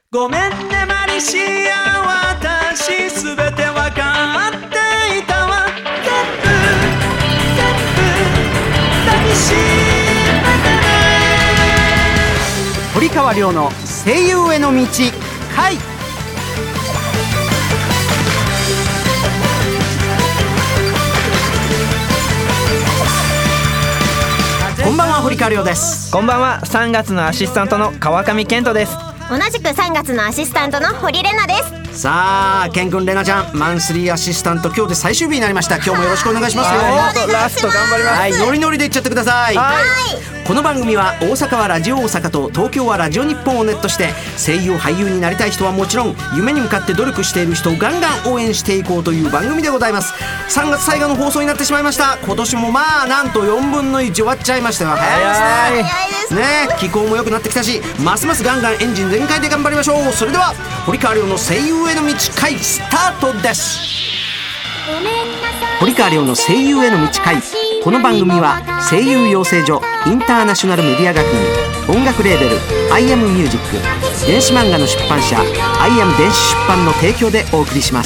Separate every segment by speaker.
Speaker 1: ごめんねマリシア、私すべてわかっていたわ。全部抱きしめてね。
Speaker 2: 堀川亮の声優への道回。こんばんは、堀川亮です。
Speaker 3: こんばんは、3月のアシスタントの川上健人です。
Speaker 4: 同じく3月のアシスタントの堀玲奈です。
Speaker 2: さあ、健くん、玲奈ちゃん、マンスリーアシスタント今日で最終日になりました。今日もよろしくお願いしますよ。
Speaker 3: ラスト頑張ります。
Speaker 2: はい、ノリノリでいっちゃってください。この番組は大阪はラジオ大阪と東京はラジオ日本をネットして、声優俳優になりたい人はもちろん、夢に向かって努力している人をガンガン応援していこうという番組でございます。3月最後の放送になってしまいました。今年もなんと4分の1終わっちゃいましたよ。早いですね。気候も良くなってきたし、ますますガンガンエンジン全開で頑張りましょう。それでは堀川亮の声優への道回スタートです。堀川亮の声優への道回。この番組は声優養成所インターナショナルメディア学院、音楽レーベル I am Music、 電子漫画の出版社 I am 電子出版の提供でお送りします。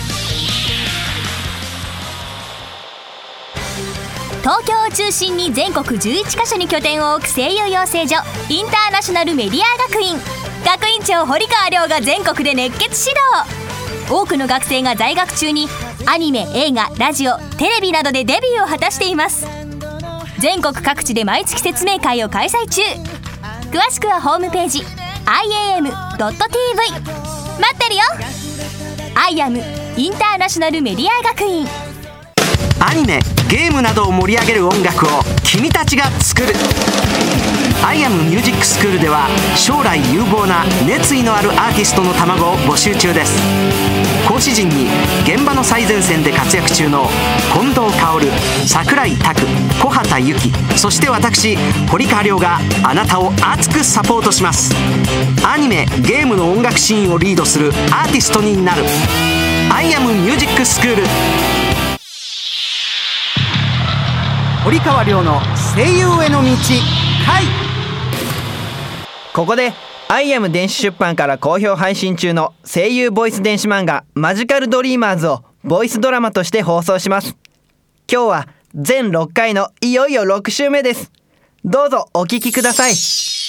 Speaker 5: 東京を中心に全国11カ所に拠点を置く声優養成所インターナショナルメディア学院、学院長堀川亮が全国で熱血指導。多くの学生が在学中にアニメ、映画、ラジオ、テレビなどでデビューを果たしています。全国各地で毎月説明会を開催中。詳しくはホームページ iam.tv。 待ってるよ。 IAM インターナショナルメディア学院。
Speaker 2: アニメ、ゲームなどを盛り上げる音楽を君たちが作る。 I am Music School では将来有望な熱意のあるアーティストの卵を募集中です。講師陣に現場の最前線で活躍中の近藤薫、櫻井拓、小畑由紀、そして私堀川亮があなたを熱くサポートします。アニメ、ゲームの音楽シーンをリードするアーティストになる。 I am Music School。堀川亮の声優への道回。
Speaker 3: ここでアイアム電子出版から好評配信中の声優ボイス電子漫画マジカルドリーマーズをボイスドラマとして放送します。今日は全6回のいよいよ6週目です。どうぞお聞きください。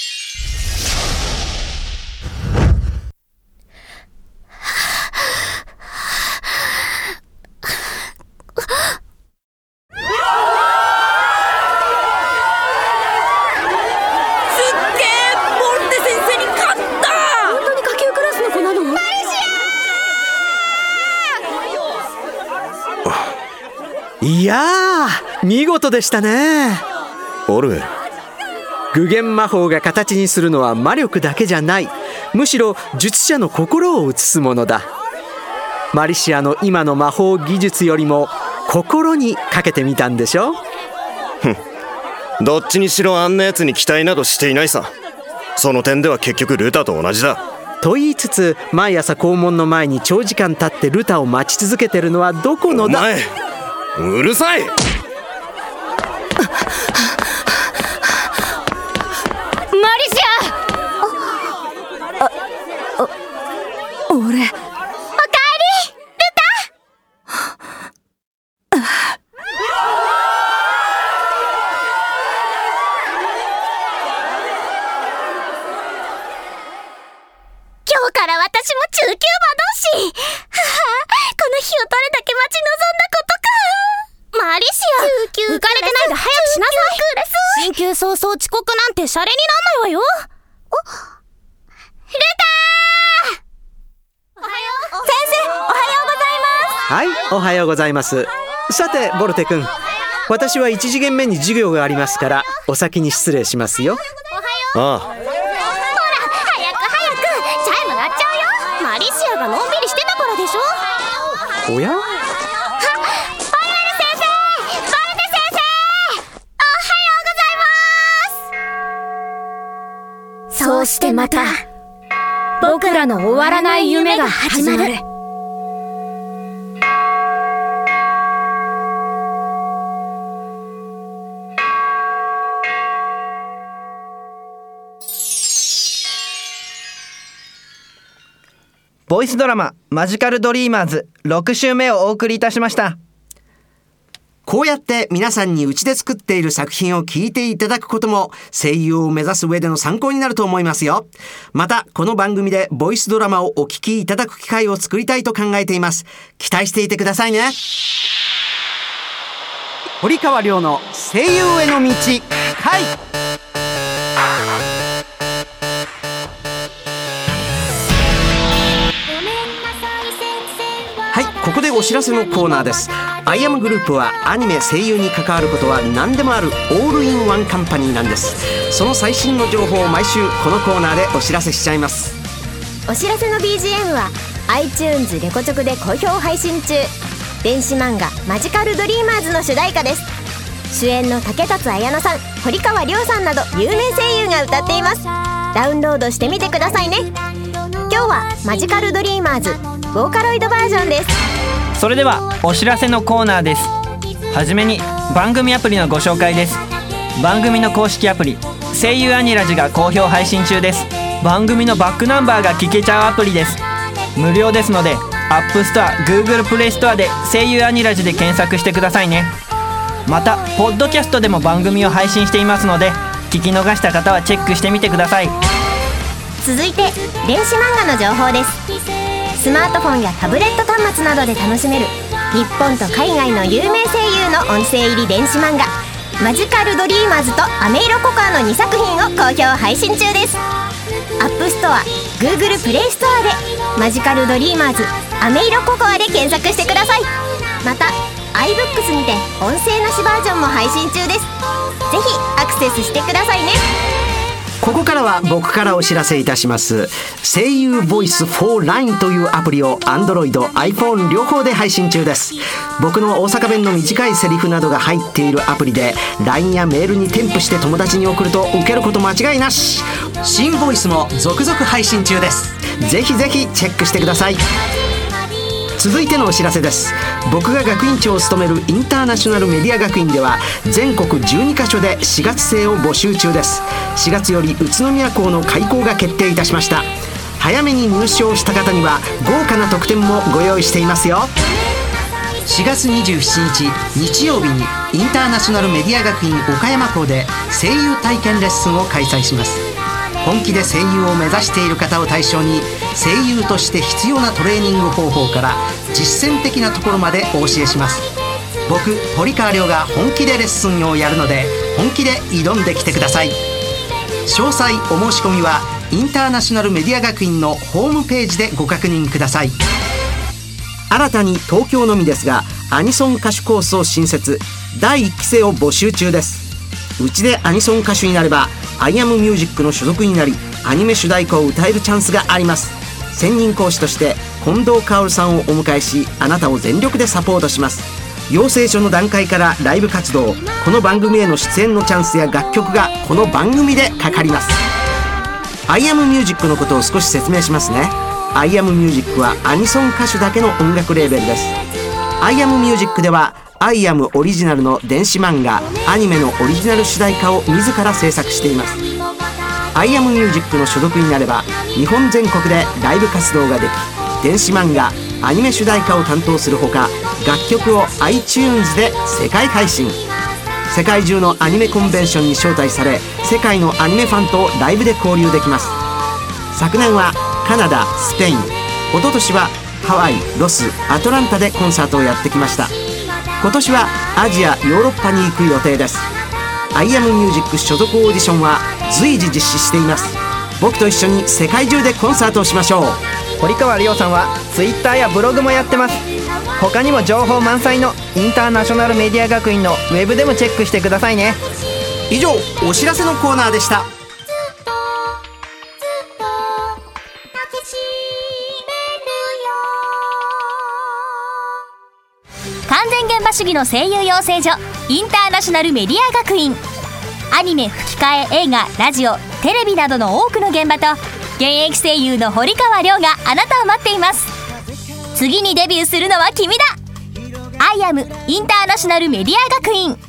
Speaker 2: いやー、見事でしたね。
Speaker 6: オルウェル、
Speaker 2: 具現魔法が形にするのは魔力だけじゃない、むしろ術者の心を映すものだ。マリシアの今の魔法技術よりも心にかけてみたんでしょ。
Speaker 6: どっちにしろあんなやつに期待などしていないさ。その点では結局ルタと同じだ。
Speaker 2: と言いつつ、毎朝校門の前に長時間経ってルタを待ち続けてるのはどこのだ。
Speaker 6: お前うるさい。
Speaker 5: マリシア。
Speaker 4: 俺。おかえり、ルタ。今日から私も中級魔導士。この日をどれだけ待ち望んだことか。マリシア、浮かれてないで早くしなさい。進級早々遅刻なんてシャレになんないわよ。ルター。先生、おはようございます。
Speaker 2: はい、おはようございます。さてボルテ君、私は1次元目に授業がありますからお先に失礼しますよ。
Speaker 6: ああ。
Speaker 4: ほら、早くチャイム鳴っちゃうよ。マリシアがのんびりしてたからでしょ。
Speaker 2: おや、
Speaker 4: そうしてまた僕らの終わらない夢が始まる。
Speaker 3: ボイスドラママジカルドリーマーズ6週目をお送りいたしました。
Speaker 2: こうやって皆さんにうちで作っている作品を聞いていただくことも声優を目指す上での参考になると思いますよ。またこの番組でボイスドラマをお聞きいただく機会を作りたいと考えています。期待していてくださいね。堀川亮の声優への道回。はい、ここでお知らせのコーナーです。アイアムグループはアニメ声優に関わることは何でもあるオールインワンカンパニーなんです。その最新の情報を毎週このコーナーでお知らせしちゃいます。
Speaker 7: お知らせの BGM は iTunes レコチョクで好評配信中、電子漫画マジカルドリーマーズの主題歌です。主演の竹達彩乃さん、堀川亮さんなど有名声優が歌っています。ダウンロードしてみてくださいね。今日はマジカルドリーマーズボーカロイドバージョンです。
Speaker 3: それではお知らせのコーナーです。はじめに番組アプリのご紹介です。番組の公式アプリ声優アニラジが好評配信中です。番組のバックナンバーが聞けちゃうアプリです。無料ですので App Store、Google Play Store で声優アニラジで検索してくださいね。またポッドキャストでも番組を配信していますので聞き逃した方はチェックしてみてください。
Speaker 7: 続いて電子漫画の情報です。スマートフォンやタブレット端末などで楽しめる日本と海外の有名声優の音声入り電子漫画マジカルドリーマーズとアメイロココアの2作品を好評配信中です。App Store、Google Play Store でマジカルドリーマーズアメイロココアで検索してください。また iBooks にて音声なしバージョンも配信中です。ぜひアクセスしてくださいね。
Speaker 2: ここからは僕からお知らせいたします。声優ボイス for LINE というアプリを Android、iPhone 両方で配信中です。僕の大阪弁の短いセリフなどが入っているアプリで LINE やメールに添付して友達に送ると受けること間違いなし。新ボイスも続々配信中です。ぜひぜひチェックしてください。続いてのお知らせです。僕が学院長を務めるインターナショナルメディア学院では全国12カ所で4月生を募集中です。4月より宇都宮校の開校が決定いたしました。早めに入賞した方には豪華な特典もご用意していますよ。4月27日日曜日にインターナショナルメディア学院岡山校で声優体験レッスンを開催します。本気で声優を目指している方を対象に声優として必要なトレーニング方法から実践的なところまでお教えします。僕堀川亮が本気でレッスンをやるので本気で挑んできてください。詳細お申し込みはインターナショナルメディア学院のホームページでご確認ください。新たに東京のみですがアニソン歌手コースを新設、第1期生を募集中です。うちでアニソン歌手になればアイアムミュージックの所属になりアニメ主題歌を歌えるチャンスがあります。専任講師として近藤薫さんをお迎えしあなたを全力でサポートします。養成所の段階からライブ活動、この番組への出演のチャンスや楽曲がこの番組でかかります。アイアムミュージックのことを少し説明しますね。アイアムミュージックはアニソン歌手だけの音楽レーベルです。アイアムミュージックではアイアムオリジナルの電子漫画、アニメのオリジナル主題歌を自ら制作しています。アイアムミュージックの所属になれば日本全国でライブ活動ができ、電子漫画、アニメ主題歌を担当するほか楽曲を iTunes で世界配信。世界中のアニメコンベンションに招待され世界のアニメファンとライブで交流できます。昨年はカナダ、スペイン、一昨年はハワイ、ロス、アトランタでコンサートをやってきました。今年はアジア、ヨーロッパに行く予定です。アイアムミュージック所属オーディションは随時実施しています。僕と一緒に世界中でコンサートをしましょう。
Speaker 3: 堀川亮さんは Twitter やブログもやってます。他にも情報満載のインターナショナルメディア学院のウェブでもチェックしてくださいね。
Speaker 2: 以上お知らせのコーナーでした。
Speaker 5: 完全現場主義の声優養成所インターナショナルメディア学院。アニメ、吹き替え、映画、ラジオ、テレビなどの多くの現場と現役声優の堀川亮があなたを待っています。次にデビューするのは君だ。アイアムインターナショナルメディア学院。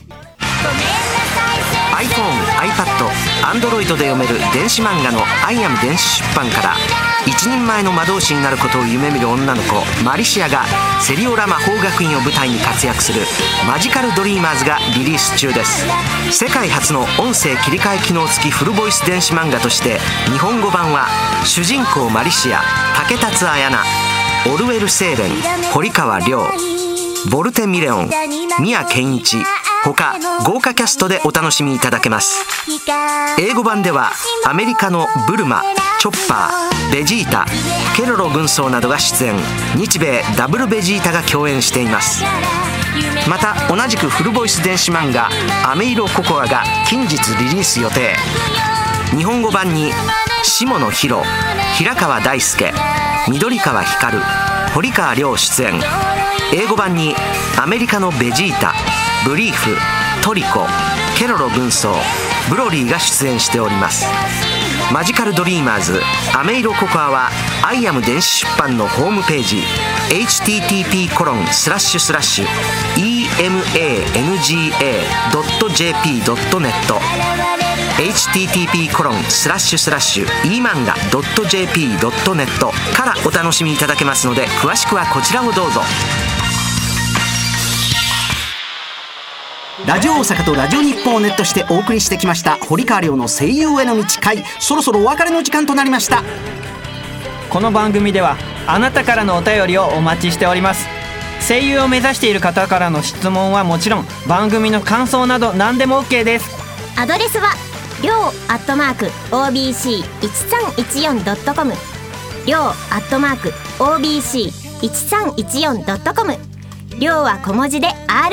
Speaker 2: iPhone、iPad、Android で読める電子漫画のアイアム電子出版から一人前の魔導士になることを夢見る女の子マリシアがセリオラ魔法学院を舞台に活躍するマジカルドリーマーズがリリース中です。世界初の音声切り替え機能付きフルボイス電子漫画として日本語版は主人公マリシア、竹達彩奈、オルウェル・セーレン、堀川亮、ボルテ・ミレオン、宮健一他豪華キャストでお楽しみいただけます。英語版ではアメリカのブルマ、チョッパー、ベジータ、ケロロ軍曹などが出演、日米ダブルベジータが共演しています。また同じくフルボイス電子漫画アメイロココアが近日リリース予定。日本語版に下野紘、平川大輔、緑川光、堀川亮出演。英語版にアメリカのベジータ、ブリーフ、トリコ、ケロロ軍曹、ブロリーが出演しております。マジカルドリーマーズアメイロココアはアイアム電子出版のホームページ http://emanga.jp.net http://emanga.jp.net からお楽しみいただけますので、詳しくはこちらをどうぞ。ラジオ大阪とラジオ日本をネットしてお送りしてきました堀川亮の声優への道会、そろそろお別れの時間となりました。
Speaker 3: この番組ではあなたからのお便りをお待ちしております。声優を目指している方からの質問はもちろん、番組の感想など何でも OK です。
Speaker 7: アドレスはりょう@obc1314.com りょう@obc1314.com りょうは小文字で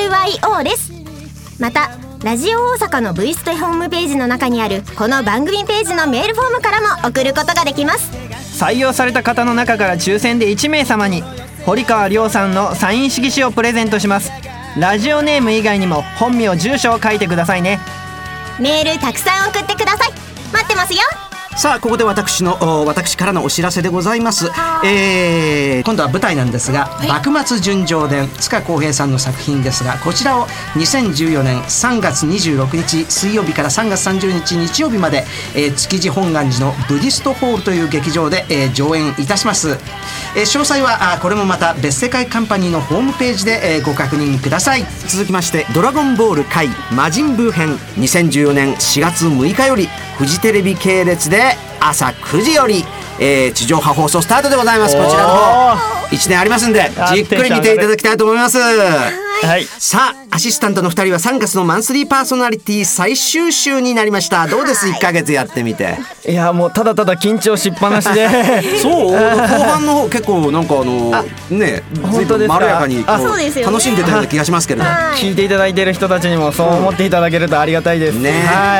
Speaker 7: RYO です。またラジオ大阪の V ステホームページの中にあるこの番組ページのメールフォームからも送ることができます。
Speaker 3: 採用された方の中から抽選で1名様に堀川亮さんのサイン色紙をプレゼントします。ラジオネーム以外にも本名住所を書いてくださいね。
Speaker 7: メールたくさん送ってください。待ってますよ。
Speaker 2: さあここで私からのお知らせでございます。今度は舞台なんですが、幕末純情伝、塚公平さんの作品ですが、こちらを2014年3月26日水曜日から3月30日日曜日まで、築地本願寺のブディストホールという劇場で、上演いたします。詳細はこれもまた別世界カンパニーのホームページで、ご確認ください。続きましてドラゴンボール界魔人ブー編、2014年4月6日よりフジテレビ系列で朝9時より、地上波放送スタートでございます。こちらの方1年ありますんでじっくり見ていただきたいと思います。はい、さあアシスタントの2人は3月のマンスリーパーソナリティ最終週になりました。どうです1ヶ月やってみて。
Speaker 3: いやもうただただ緊張しっぱなしで
Speaker 2: そう後半の方結構なんかね随分まろやかに楽しんでたような気がしますけれど、
Speaker 3: 聞いていただいている人たちにもそう思っていただけるとありがたいですね。はい、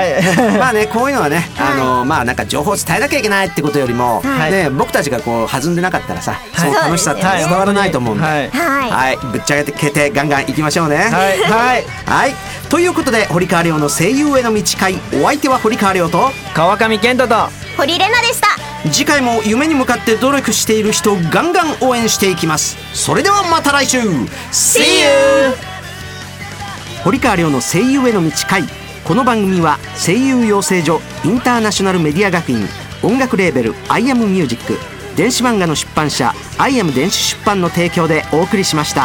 Speaker 2: まあねこういうのはねまあなんか情報を伝えなきゃいけないってことよりも、ね僕たちがこう弾んでなかったらさ、その楽しさって伝わらないと思うんで、はいぶっちゃけてガンガンいきましょうね。はいということで堀川亮の声優への道会、お相手は堀川亮と
Speaker 3: 川上健人と
Speaker 7: 堀玲奈でした。
Speaker 2: 次回も夢に向かって努力している人をガンガン応援していきます。それではまた来週 See you。 堀川亮の声優への道会、この番組は声優養成所インターナショナルメディア学院、音楽レーベル I am Music、 電子漫画の出版社 I am 電子出版の提供でお送りしました。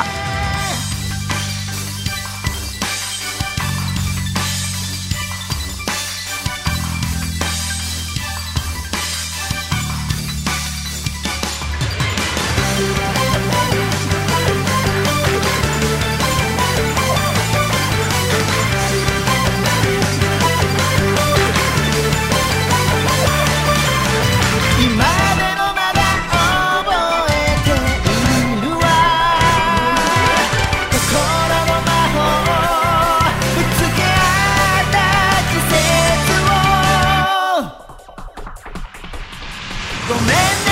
Speaker 1: ごめんね